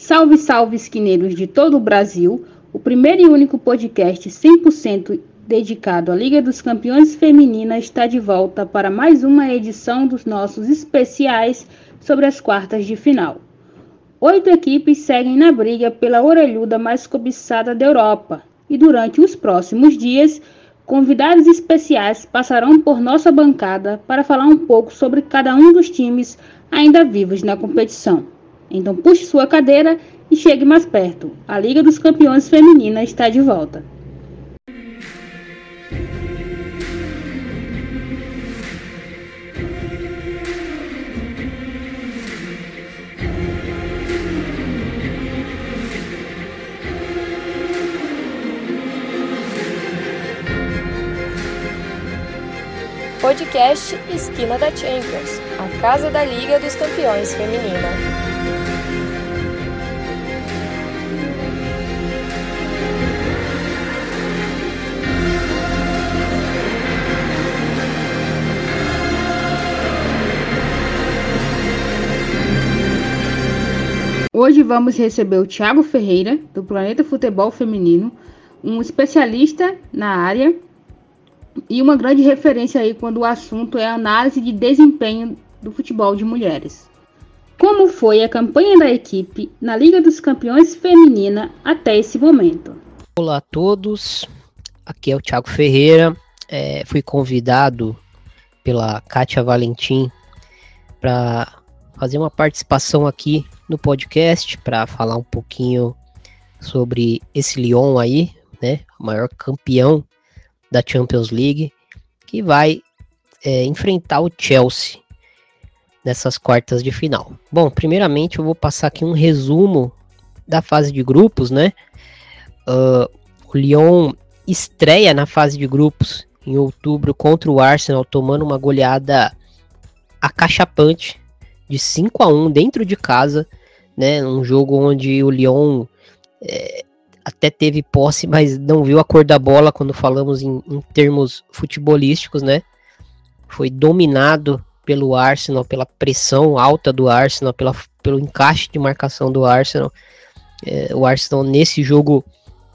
Salve, salve, esquineiros de todo o Brasil! O primeiro e único podcast 100% dedicado à Liga dos Campeões Feminina está de volta para mais uma edição dos nossos especiais sobre as quartas de final. 8 equipes seguem na briga pela orelhuda mais cobiçada da Europa e durante os próximos dias, convidados especiais passarão por nossa bancada para falar um pouco sobre cada um dos times ainda vivos na competição. Então puxe sua cadeira e chegue mais perto. A Liga dos Campeões Feminina está de volta. Podcast Esquina da Champions, a casa da Liga dos Campeões Feminina. Hoje vamos receber o Thiago Ferreira, do Planeta Futebol Feminino, um especialista na área e uma grande referência aí quando o assunto é a análise de desempenho do futebol de mulheres. Como foi a campanha da equipe na Liga dos Campeões Feminina até esse momento? Olá a todos, aqui é o Thiago Ferreira, fui convidado pela Kátia Valentim para fazer uma participação aqui no podcast para falar um pouquinho sobre esse Lyon aí, né, o maior campeão da Champions League, que vai enfrentar o Chelsea nessas quartas de final. Bom, primeiramente eu vou passar aqui um resumo da fase de grupos, né? O Lyon estreia na fase de grupos em outubro contra o Arsenal, tomando uma goleada acachapante de 5-1 dentro de casa, né? Um jogo onde o Lyon até teve posse, mas não viu a cor da bola quando falamos em termos futebolísticos, né? Foi dominado pelo Arsenal, pela pressão alta do Arsenal, pelo encaixe de marcação do Arsenal. O Arsenal nesse jogo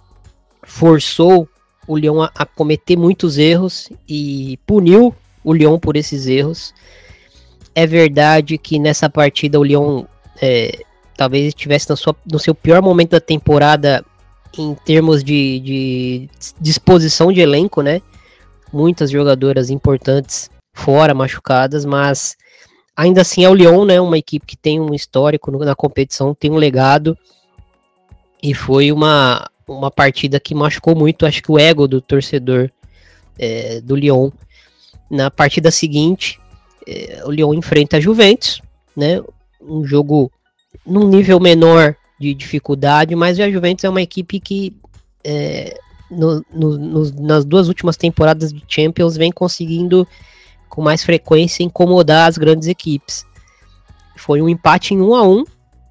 forçou o Lyon a cometer muitos erros e puniu o Lyon por esses erros. É verdade que nessa partida o Lyon talvez estivesse no seu pior momento da temporada em termos de disposição de elenco, né? Muitas jogadoras importantes fora, machucadas, mas ainda assim é o Lyon, né? Uma equipe que tem um histórico na competição, tem um legado, e foi uma partida que machucou muito, acho que o ego do torcedor do Lyon. Na partida seguinte, o Lyon enfrenta a Juventus, né? Um jogo num nível menor de dificuldade, mas a Juventus é uma equipe que nas duas últimas temporadas de Champions vem conseguindo com mais frequência incomodar as grandes equipes. Foi um empate em 1-1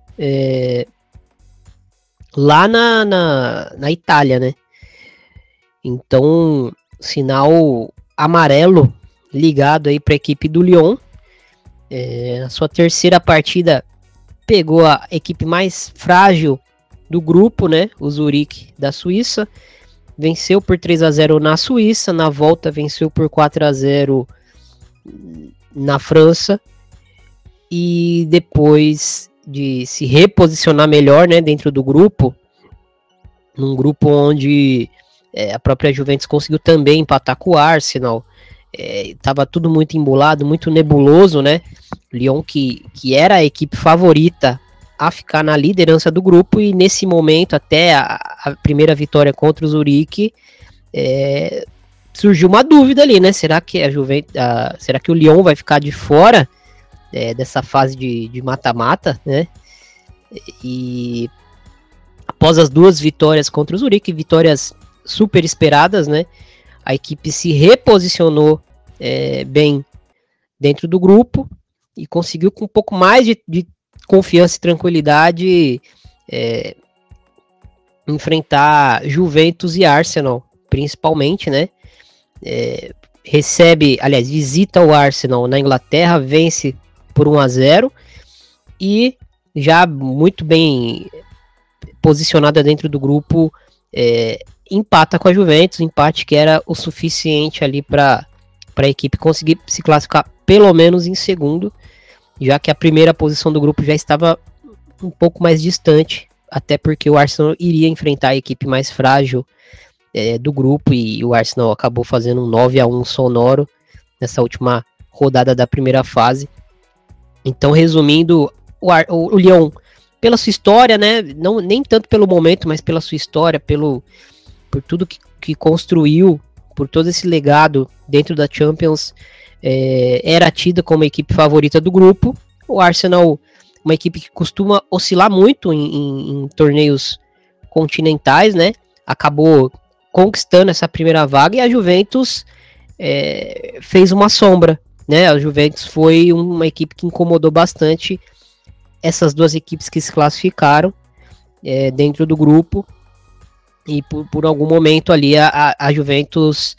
lá na Itália, né? Então, sinal amarelo ligado aí para a equipe do Lyon. A sua terceira partida pegou a equipe mais frágil do grupo, né? O Zurique da Suíça. Venceu por 3-0 na Suíça. Na volta venceu por 4-0 na França. E depois de se reposicionar melhor, né, dentro do grupo, num grupo onde a própria Juventus conseguiu também empatar com o Arsenal. Tava tudo muito embolado, muito nebuloso, né? Lyon que era a equipe favorita a ficar na liderança do grupo, e nesse momento, até a primeira vitória contra o Zurique, surgiu uma dúvida ali, né? Será que será que o Lyon vai ficar de fora dessa fase de mata-mata, né? E após as duas vitórias contra o Zurique, vitórias super esperadas, né? A equipe se reposicionou bem dentro do grupo e conseguiu, com um pouco mais de confiança e tranquilidade, enfrentar Juventus e Arsenal, principalmente, né? Visita o Arsenal na Inglaterra, vence por 1-0 e já muito bem posicionada dentro do grupo, empata com a Juventus, empate que era o suficiente ali para a equipe conseguir se classificar pelo menos em segundo, já que a primeira posição do grupo já estava um pouco mais distante, até porque o Arsenal iria enfrentar a equipe mais frágil do grupo, e o Arsenal acabou fazendo um 9-1 sonoro nessa última rodada da primeira fase. Então, resumindo, o Lyon, pela sua história, né, nem tanto pelo momento, mas pela sua história, por tudo que construiu, por todo esse legado dentro da Champions, era tida como a equipe favorita do grupo. O Arsenal, uma equipe que costuma oscilar muito em torneios continentais, né, acabou conquistando essa primeira vaga, e a Juventus fez uma sombra, né? A Juventus foi uma equipe que incomodou bastante essas duas equipes que se classificaram dentro do grupo, e por algum momento ali a Juventus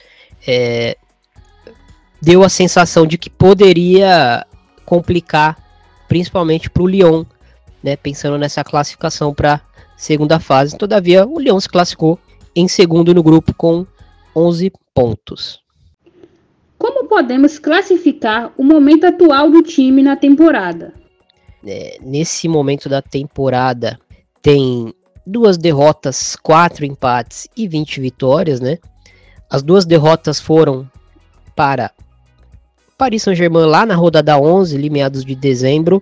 deu a sensação de que poderia complicar, principalmente para o Lyon, né? Pensando nessa classificação para segunda fase. Todavia, o Lyon se classificou em segundo no grupo com 11 pontos. Como podemos classificar o momento atual do time na temporada? Nesse momento da temporada tem 2 derrotas, 4 empates e 20 vitórias, né? As 2 derrotas foram para Paris Saint-Germain lá na rodada 11, ali meados de dezembro,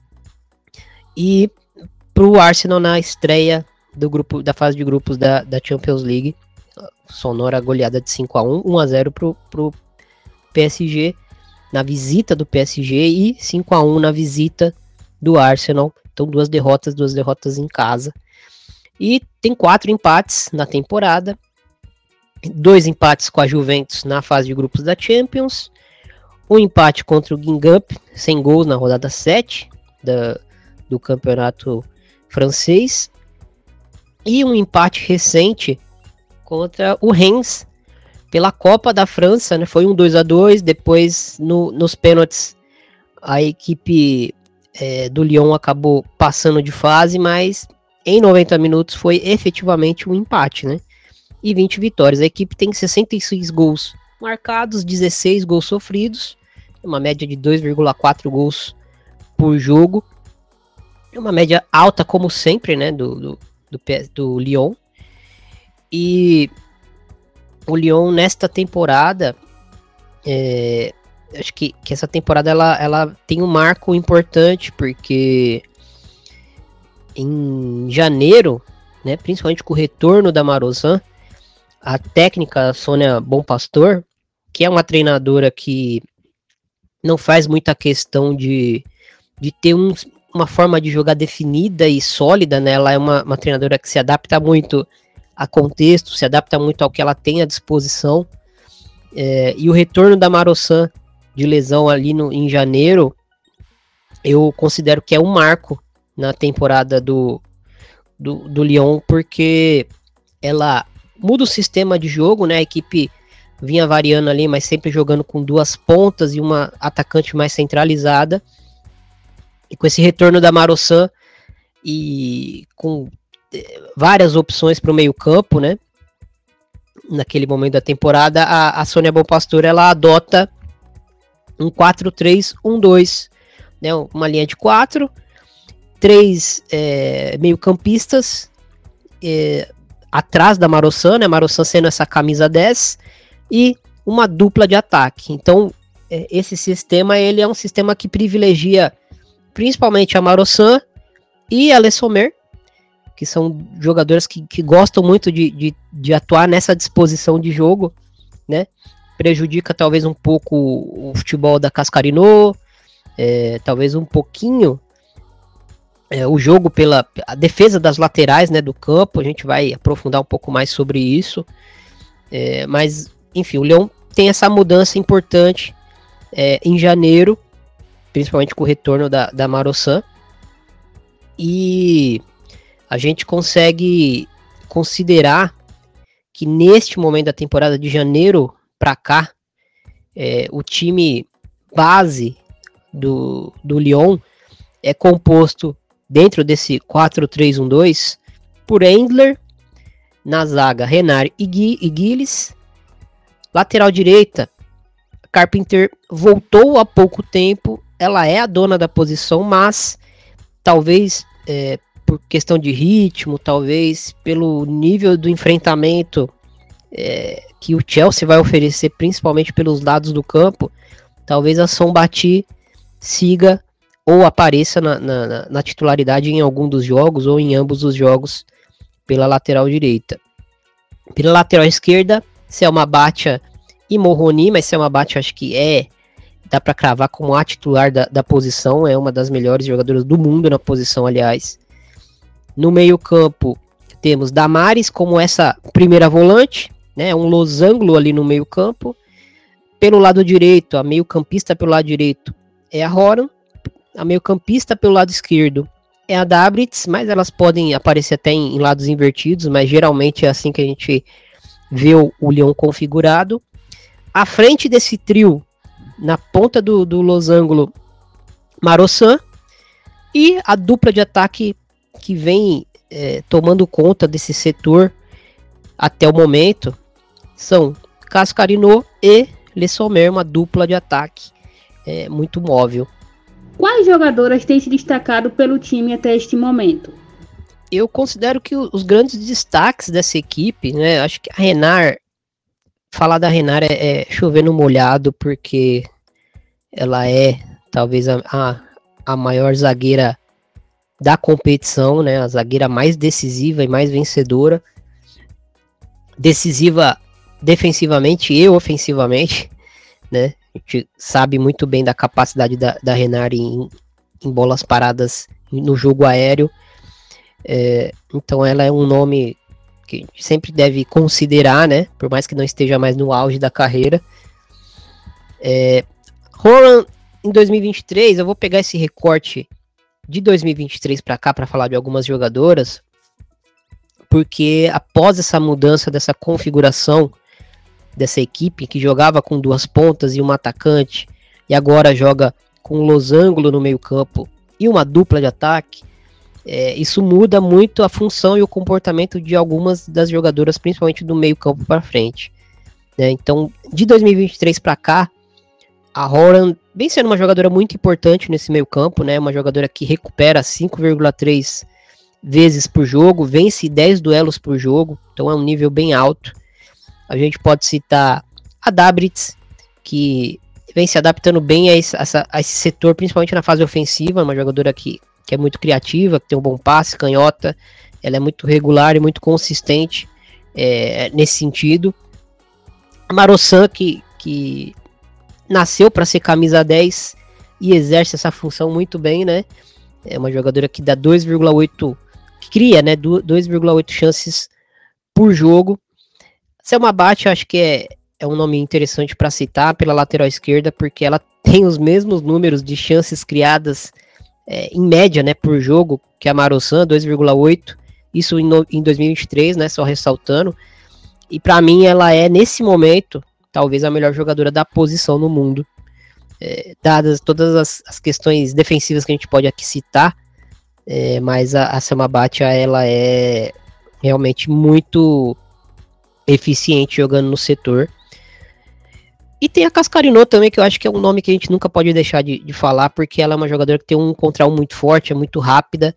e para o Arsenal na estreia da fase de grupos da Champions League, sonora goleada de 5-1, 1-0 pro PSG na visita do PSG e 5-1 na visita do Arsenal. Então 2 derrotas em casa. E tem 4 empates na temporada, 2 empates com a Juventus na fase de grupos da Champions, um empate contra o Guingamp, sem gols na rodada 7 do campeonato francês, e um empate recente contra o Reims pela Copa da França, né? Foi um 2-2, depois nos pênaltis a equipe do Lyon acabou passando de fase, mas em 90 minutos foi efetivamente um empate, né? E 20 vitórias. A equipe tem 66 gols marcados, 16 gols sofridos, uma média de 2,4 gols por jogo. É uma média alta, como sempre, né, do Lyon. E o Lyon nesta temporada, acho que essa temporada ela tem um marco importante, porque em janeiro, né, principalmente com o retorno da Marozsan, a técnica Sônia Bonpastor, que é uma treinadora que não faz muita questão de ter uma forma de jogar definida e sólida, né? Ela é uma treinadora que se adapta muito a contexto, se adapta muito ao que ela tem à disposição, e o retorno da Marozsan de lesão ali em janeiro, eu considero que é um marco na temporada do Lyon, porque ela muda o sistema de jogo, né? A equipe vinha variando ali, mas sempre jogando com 2 pontas e uma atacante mais centralizada. E com esse retorno da Marozsan e com várias opções para o meio campo, né? Naquele momento da temporada, a Sônia Bonpastor, ela adota um 4-3-1-2, né? Uma linha de 4, 3 meio campistas atrás da Marozsan, né? A Marozsan sendo essa camisa 10, e uma dupla de ataque. Então, esse sistema, ele é um sistema que privilegia principalmente a Marozsan e a Le Sommer, que são jogadoras que gostam muito de atuar nessa disposição de jogo, né? Prejudica talvez um pouco o futebol da Cascarino, talvez um pouquinho o jogo pela a defesa das laterais, né, do campo. A gente vai aprofundar um pouco mais sobre isso, mas enfim, o Lyon tem essa mudança importante em janeiro, principalmente com o retorno da Marozsan, e a gente consegue considerar que neste momento da temporada de janeiro para cá, o time base do Lyon é composto, dentro desse 4-3-1-2, por Endler. Na zaga, Renard e Gilles. Lateral direita, Carpenter voltou há pouco tempo. Ela é a dona da posição, mas talvez por questão de ritmo, talvez pelo nível do enfrentamento que o Chelsea vai oferecer, principalmente pelos lados do campo, talvez a Sonbati siga ou apareça na titularidade em algum dos jogos ou em ambos os jogos pela lateral direita. Pela lateral esquerda, Selma Batia e Morroni, mas Selma Batia acho que dá para cravar como a titular da posição, é uma das melhores jogadoras do mundo na posição, aliás. No meio campo, temos Damares como essa primeira volante, né, um losango ali no meio campo. Pelo lado direito, a meio campista pelo lado direito é a Horan, a meio campista pelo lado esquerdo é a Dabritz, mas elas podem aparecer até em lados invertidos, mas geralmente é assim que a gente vê o Lyon configurado. À frente desse trio, na ponta do losango, Marossan, e a dupla de ataque que vem tomando conta desse setor até o momento são Cascarino e Le Sommer, uma dupla de ataque muito móvel. Quais jogadoras têm se destacado pelo time até este momento? Eu considero que os grandes destaques dessa equipe, né, acho que a Renard, falar da Renard é chover no molhado, porque ela é talvez a maior zagueira da competição, né, a zagueira mais decisiva e mais vencedora, decisiva defensivamente e ofensivamente, né? A gente sabe muito bem da capacidade da Renard em bolas paradas no jogo aéreo. Então ela é um nome que a gente sempre deve considerar, né? Por mais que não esteja mais no auge da carreira. Horan, em 2023, eu vou pegar esse recorte de 2023 para cá para falar de algumas jogadoras, porque após essa mudança dessa configuração dessa equipe, que jogava com duas pontas e uma atacante, e agora joga com um losango no meio campo e uma dupla de ataque, isso muda muito a função e o comportamento de algumas das jogadoras, principalmente do meio campo para frente, né? Então, de 2023 para cá, a Horan vem sendo uma jogadora muito importante nesse meio campo, né? Uma jogadora que recupera 5,3 vezes por jogo, vence 10 duelos por jogo, então é um nível bem alto. A gente pode citar a Dabritz, que vem se adaptando bem a esse setor, principalmente na fase ofensiva, uma jogadora que é muito criativa, que tem um bom passe, canhota, ela é muito regular e muito consistente nesse sentido. A Marossan, que nasceu para ser camisa 10 e exerce essa função muito bem, né? É uma jogadora que dá 2,8, que cria, né, 2,8 chances por jogo. Selma Batia, acho que é um nome interessante para citar pela lateral esquerda, porque ela tem os mesmos números de chances criadas em média, né, por jogo, que a Marossan, 2,8, isso em 2023, né, só ressaltando, e para mim ela é, nesse momento, talvez a melhor jogadora da posição no mundo, dadas todas as questões defensivas que a gente pode aqui citar, mas a Selma Batia, ela é realmente muito eficiente jogando no setor. E tem a Cascarino também, que eu acho que é um nome que a gente nunca pode deixar de falar, porque ela é uma jogadora que tem um contra um muito forte, é muito rápida,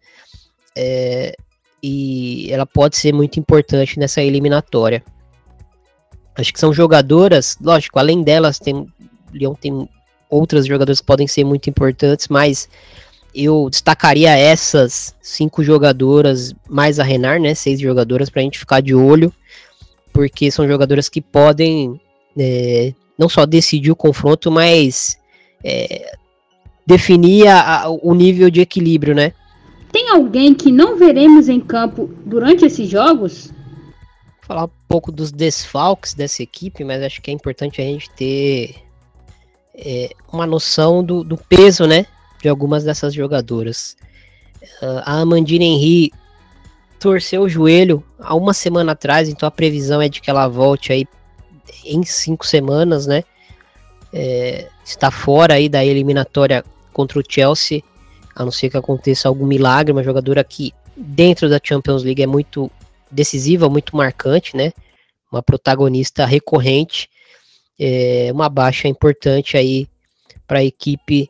e ela pode ser muito importante nessa eliminatória. Acho que são jogadoras, lógico, além delas, Lyon tem outras jogadoras que podem ser muito importantes, mas eu destacaria essas 5 jogadoras, mais a Renard, né, 6 jogadoras, pra gente ficar de olho, porque são jogadoras que podem não só decidir o confronto, mas definir o nível de equilíbrio, né? Tem alguém que não veremos em campo durante esses jogos? Vou falar um pouco dos desfalques dessa equipe, mas acho que é importante a gente ter uma noção do peso, né, de algumas dessas jogadoras. A Amandine Henry torceu o joelho há uma semana atrás, então a previsão é de que ela volte aí em 5 semanas, né? Está fora aí da eliminatória contra o Chelsea, a não ser que aconteça algum milagre, uma jogadora que dentro da Champions League é muito decisiva, muito marcante, né? Uma protagonista recorrente, uma baixa importante aí para a equipe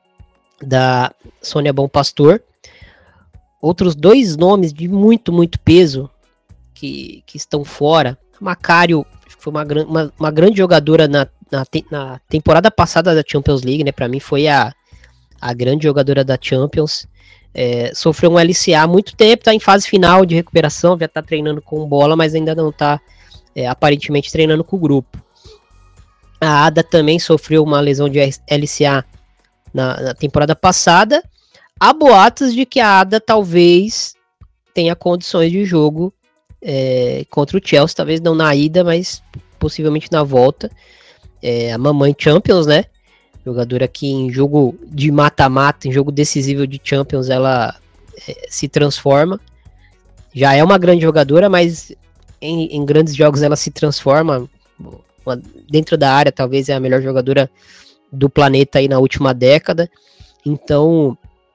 da Sônia Bom Pastor. Outros 2 nomes de muito peso que estão fora. Macário foi uma grande jogadora na temporada passada da Champions League, né? Para mim foi a grande jogadora da Champions. Sofreu um LCA há muito tempo, tá em fase final de recuperação, já tá treinando com bola, mas ainda não tá aparentemente treinando com o grupo. A Ada também sofreu uma lesão de LCA na temporada passada. Há boatos de que a Ada talvez tenha condições de jogo contra o Chelsea, talvez não na ida, mas possivelmente na volta. A mamãe Champions, né? Jogadora que em jogo de mata-mata, em jogo decisivo de Champions, ela se transforma. Já é uma grande jogadora, mas em grandes jogos ela se transforma. Dentro da área, talvez é a melhor jogadora do planeta aí na última década. Então,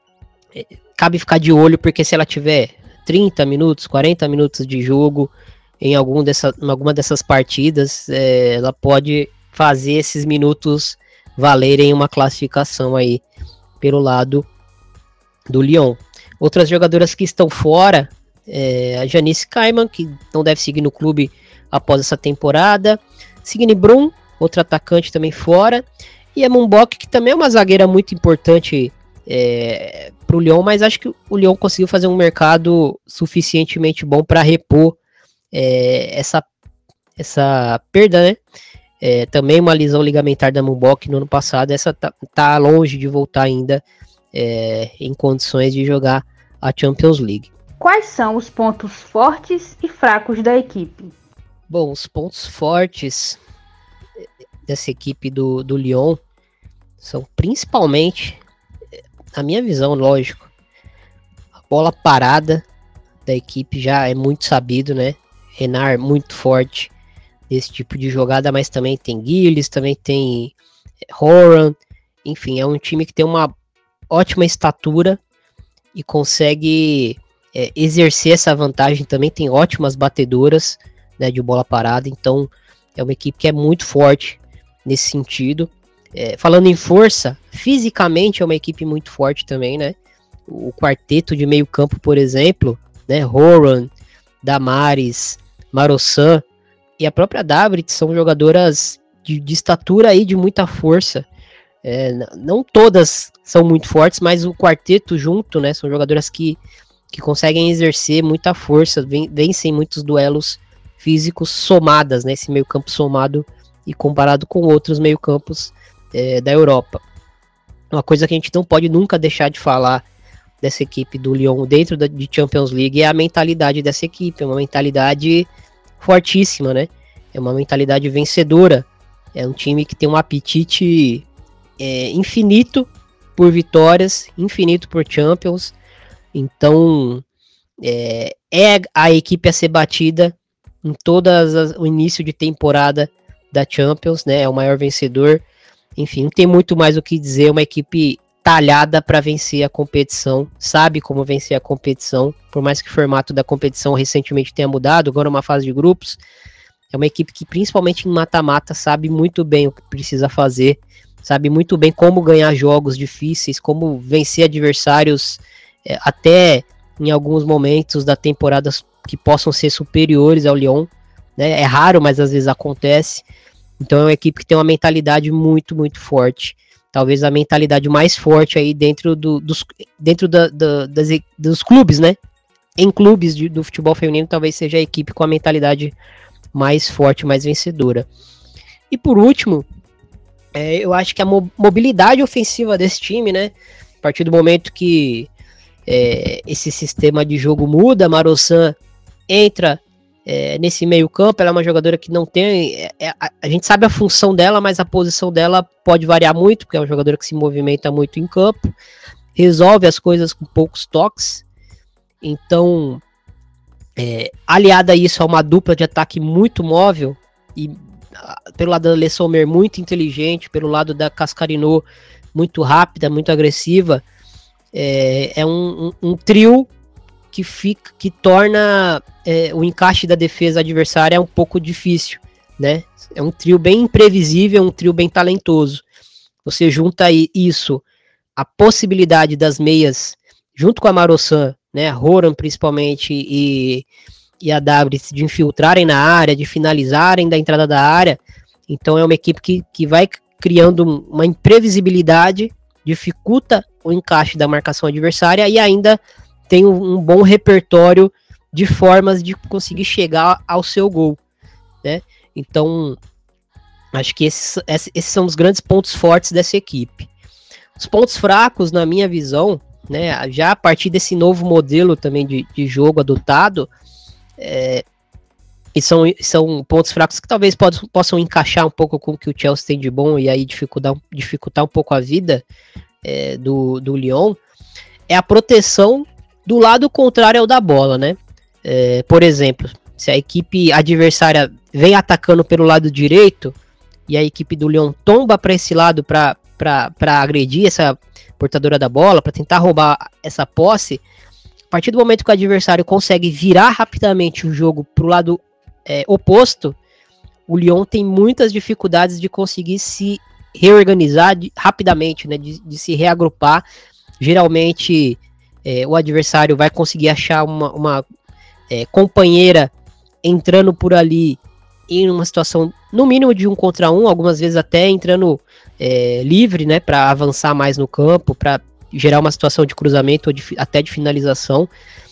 cabe ficar de olho, porque se ela tiver 30 minutos, 40 minutos de jogo em alguma dessas partidas, ela pode fazer esses minutos valerem uma classificação aí pelo lado do Lyon. Outras jogadoras que estão fora, a Janice Kaiman, que não deve seguir no clube após essa temporada, Signe Brum, outra atacante também fora, e a Mumbok, que também é uma zagueira muito importante para o Lyon, mas acho que o Lyon conseguiu fazer um mercado suficientemente bom para repor essa perda, né? Também uma lesão ligamentar da Mumbok no ano passado. Essa tá longe de voltar ainda em condições de jogar a Champions League. Quais são os pontos fortes e fracos da equipe? Bom, os pontos fortes dessa equipe do Lyon são principalmente, na minha visão, lógico, a bola parada da equipe já é muito sabido, né? Renard muito forte nesse tipo de jogada, mas também tem Gilles, também tem Horan, enfim, é um time que tem uma ótima estatura e consegue exercer essa vantagem. Também tem ótimas batedoras, né, de bola parada, então é uma equipe que é muito forte nesse sentido. Falando em força, fisicamente é uma equipe muito forte também, né? O quarteto de meio campo, por exemplo, né, Horan, Damares, Marossan e a própria Dabrit são jogadoras de estatura aí, de muita força. Não todas são muito fortes, mas o quarteto junto, né, são jogadoras que conseguem exercer muita força, vencem muitos duelos físicos somadas, né, esse meio campo somado e comparado com outros meio campos da Europa. Uma coisa que a gente não pode nunca deixar de falar dessa equipe do Lyon dentro de Champions League é a mentalidade dessa equipe. É uma mentalidade fortíssima, né? É uma mentalidade vencedora. É um time que tem um apetite infinito por vitórias, infinito por Champions. Então, é a equipe a ser batida em o início de temporada da Champions, né? É o maior vencedor. Enfim, não tem muito mais o que dizer. Uma equipe talhada para vencer a competição, sabe como vencer a competição, por mais que o formato da competição recentemente tenha mudado, agora é uma fase de grupos. É uma equipe que, principalmente em mata-mata, sabe muito bem o que precisa fazer, sabe muito bem como ganhar jogos difíceis, como vencer adversários até em alguns momentos da temporada que possam ser superiores ao Lyon, né? É raro, mas às vezes acontece. Então é uma equipe que tem uma mentalidade muito, muito forte. Talvez a mentalidade mais forte aí dentro dos clubes, né? Em clubes do futebol feminino, talvez seja a equipe com a mentalidade mais forte, mais vencedora. E por último, eu acho que a mobilidade ofensiva desse time, né? A partir do momento que esse sistema de jogo muda, a Marossan entra nesse meio campo. Ela é uma jogadora que não tem... a gente sabe a função dela, mas a posição dela pode variar muito, porque é uma jogadora que se movimenta muito em campo, resolve as coisas com poucos toques. Então, aliada a isso, a uma dupla de ataque muito móvel, e pelo lado da Le Sommer muito inteligente, pelo lado da Cascarino muito rápida, muito agressiva, é um trio que torna o encaixe da defesa adversária um pouco difícil, né? É um trio bem imprevisível, um trio bem talentoso. Você junta isso, a possibilidade das meias, junto com a Marosan, né, a Horan principalmente e a Dabris, de infiltrarem na área, de finalizarem da entrada da área. Então é uma equipe que vai criando uma imprevisibilidade, dificulta o encaixe da marcação adversária e ainda tem um bom repertório de formas de conseguir chegar ao seu gol, né? Então, acho que esses são os grandes pontos fortes dessa equipe. Os pontos fracos, na minha visão, né, já a partir desse novo modelo também de jogo adotado, e são pontos fracos que talvez possam encaixar um pouco com o que o Chelsea tem de bom e aí dificultar um pouco a vida do Lyon, é a proteção do lado contrário ao da bola, né? Por exemplo, se a equipe adversária vem atacando pelo lado direito e a equipe do Lyon tomba para esse lado para agredir essa portadora da bola, para tentar roubar essa posse, a partir do momento que o adversário consegue virar rapidamente o jogo para o lado oposto, o Lyon tem muitas dificuldades de conseguir se reorganizar rapidamente, né, de se reagrupar. Geralmente o adversário vai conseguir achar uma companheira entrando por ali em uma situação no mínimo de 1 contra 1, algumas vezes até entrando livre, né, para avançar mais no campo, para gerar uma situação de cruzamento ou até de finalização.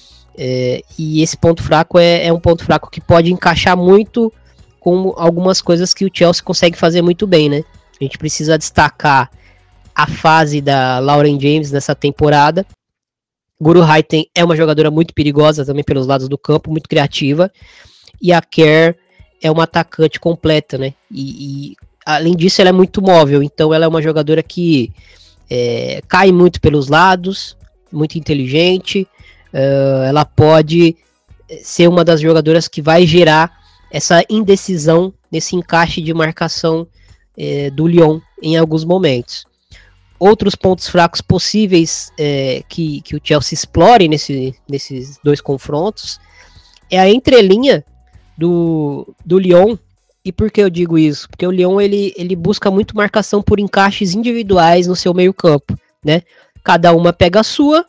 E esse ponto fraco é um ponto fraco que pode encaixar muito com algumas coisas que o Chelsea consegue fazer muito bem, né? A gente precisa destacar a fase da Lauren James nessa temporada. Guro Reiten é uma jogadora muito perigosa também pelos lados do campo, muito criativa, e a Kerr é uma atacante completa, né? E além disso, ela é muito móvel, então ela é uma jogadora que cai muito pelos lados, muito inteligente. Ela pode ser uma das jogadoras que vai gerar essa indecisão nesse encaixe de marcação do Lyon em alguns momentos. Outros pontos fracos possíveis que o Chelsea explore nesses dois confrontos é a entrelinha do Lyon. E por que eu digo isso? Porque o Lyon ele busca muito marcação por encaixes individuais no seu meio campo, né? Cada uma pega a sua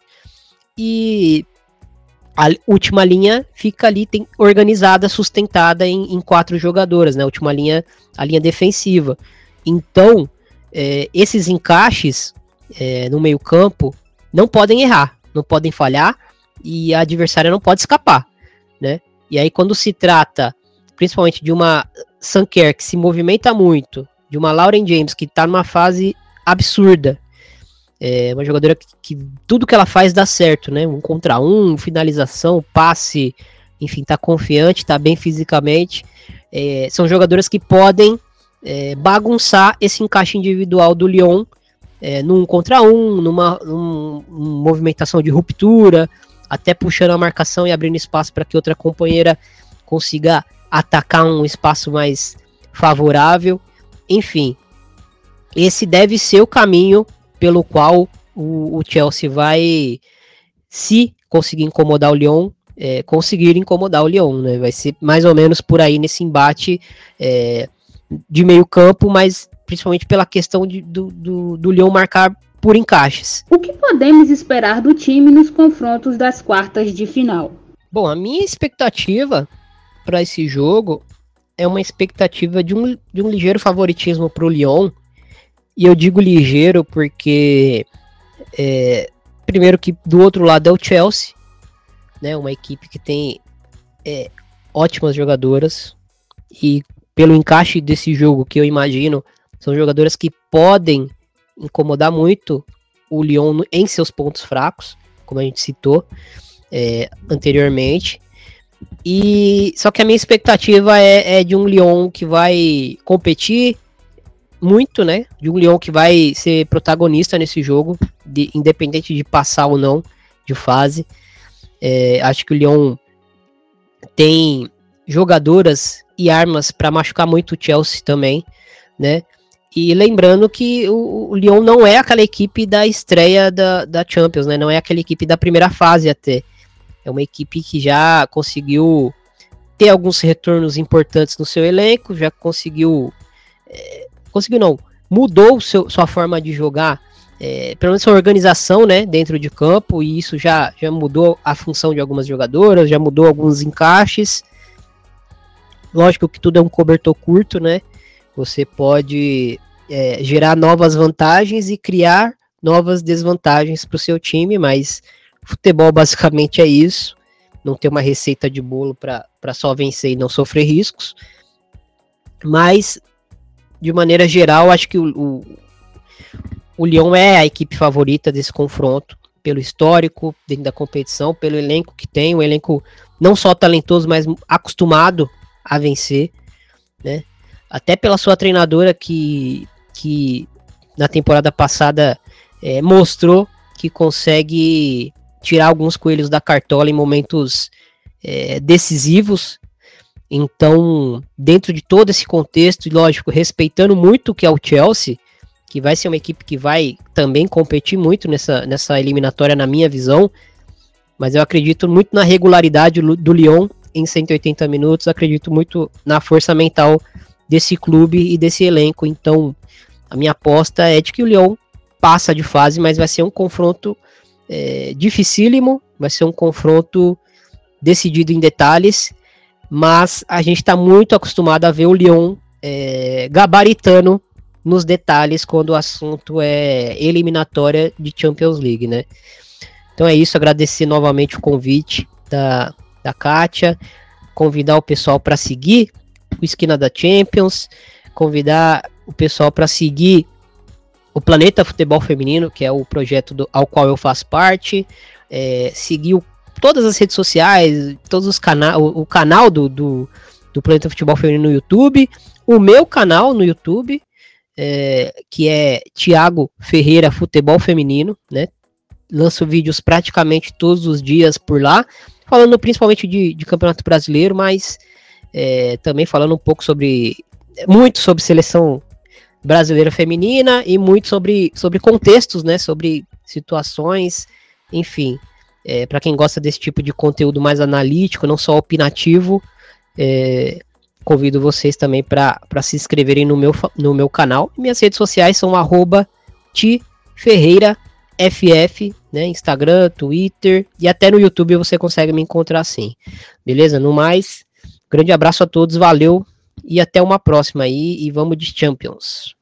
e a última linha fica ali organizada, sustentada em 4 jogadoras, né? A última linha, a linha defensiva. Então, esses encaixes no meio campo não podem errar, não podem falhar e a adversária não pode escapar, né? E aí quando se trata principalmente de uma Sanker que se movimenta muito, de uma Lauren James que tá numa fase absurda, uma jogadora que tudo que ela faz dá certo, né? 1 contra 1, finalização, passe, enfim, tá confiante, tá bem fisicamente. São jogadoras que podem bagunçar esse encaixe individual do Lyon no 1 contra 1, numa movimentação de ruptura, até puxando a marcação e abrindo espaço para que outra companheira consiga atacar um espaço mais favorável. Enfim, esse deve ser o caminho pelo qual o Chelsea vai, se conseguir incomodar o Lyon, conseguir incomodar o Lyon, né? Vai ser mais ou menos por aí nesse embate de meio campo, mas principalmente pela questão do Lyon marcar por encaixes. O que podemos esperar do time nos confrontos das quartas de final? Bom, a minha expectativa para esse jogo é uma expectativa de um ligeiro favoritismo para o Lyon. E eu digo ligeiro porque primeiro que do outro lado é o Chelsea, né, uma equipe que tem ótimas jogadoras, e pelo encaixe desse jogo que eu imagino, são jogadoras que podem incomodar muito o Lyon em seus pontos fracos, como a gente citou anteriormente. E só que a minha expectativa é de um Lyon que vai competir muito, né? De um Lyon que vai ser protagonista nesse jogo, independente de passar ou não de fase. Acho que o Lyon tem jogadoras e armas para machucar muito o Chelsea também, né? E lembrando que o Lyon não é aquela equipe da estreia da Champions, né? Não é aquela equipe da primeira fase até. É uma equipe que já conseguiu ter alguns retornos importantes no seu elenco, já mudou sua forma de jogar, pelo menos sua organização, né, dentro de campo, e isso já mudou a função de algumas jogadoras, já mudou alguns encaixes. Lógico que tudo é um cobertor curto, né? Você pode gerar novas vantagens e criar novas desvantagens para o seu time, mas futebol basicamente é isso. Não tem uma receita de bolo para só vencer e não sofrer riscos. Mas, de maneira geral, acho que o Lyon é a equipe favorita desse confronto, pelo histórico dentro da competição, pelo elenco que tem, um elenco não só talentoso, mas acostumado a vencer, né? Até pela sua treinadora que na temporada passada mostrou que consegue tirar alguns coelhos da cartola em momentos decisivos. Então, dentro de todo esse contexto, e lógico, respeitando muito o que é o Chelsea, que vai ser uma equipe que vai também competir muito nessa eliminatória, na minha visão, mas eu acredito muito na regularidade do Lyon em 180 minutos, acredito muito na força mental desse clube e desse elenco. Então, a minha aposta é de que o Lyon passa de fase, mas vai ser um confronto dificílimo, vai ser um confronto decidido em detalhes, mas a gente está muito acostumado a ver o Lyon gabaritando nos detalhes quando o assunto é eliminatória de Champions League, né? Então é isso, agradecer novamente o convite da Kátia, convidar o pessoal para seguir o Esquina da Champions, convidar o pessoal para seguir o Planeta Futebol Feminino, que é o projeto ao qual eu faço parte, seguir todas as redes sociais, todos os o canal do Planeta Futebol Feminino no YouTube, o meu canal no YouTube, que é Thiago Ferreira Futebol Feminino, né? Lanço vídeos praticamente todos os dias por lá, falando principalmente de Campeonato Brasileiro, mas também falando um pouco muito sobre seleção brasileira feminina e muito sobre contextos, né? Sobre situações, enfim. Para quem gosta desse tipo de conteúdo mais analítico, não só opinativo, convido vocês também para se inscreverem no meu canal. Minhas redes sociais são @tiferreiraff, né? Instagram, Twitter e até no YouTube você consegue me encontrar assim. Beleza? No mais, grande abraço a todos, valeu e até uma próxima aí e vamos de Champions.